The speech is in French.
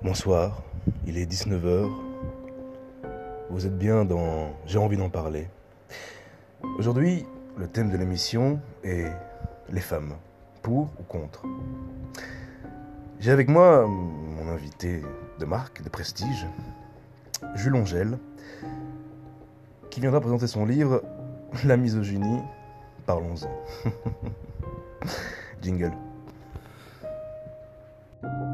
Bonsoir, il est 19h. Vous êtes bien dans J'ai envie d'en parler. Aujourd'hui, le thème de l'émission est les femmes, pour ou contre. J'ai avec moi mon invité de marque, de prestige, Jules Ongel, qui viendra présenter son livre La misogynie, parlons-en. Jingle.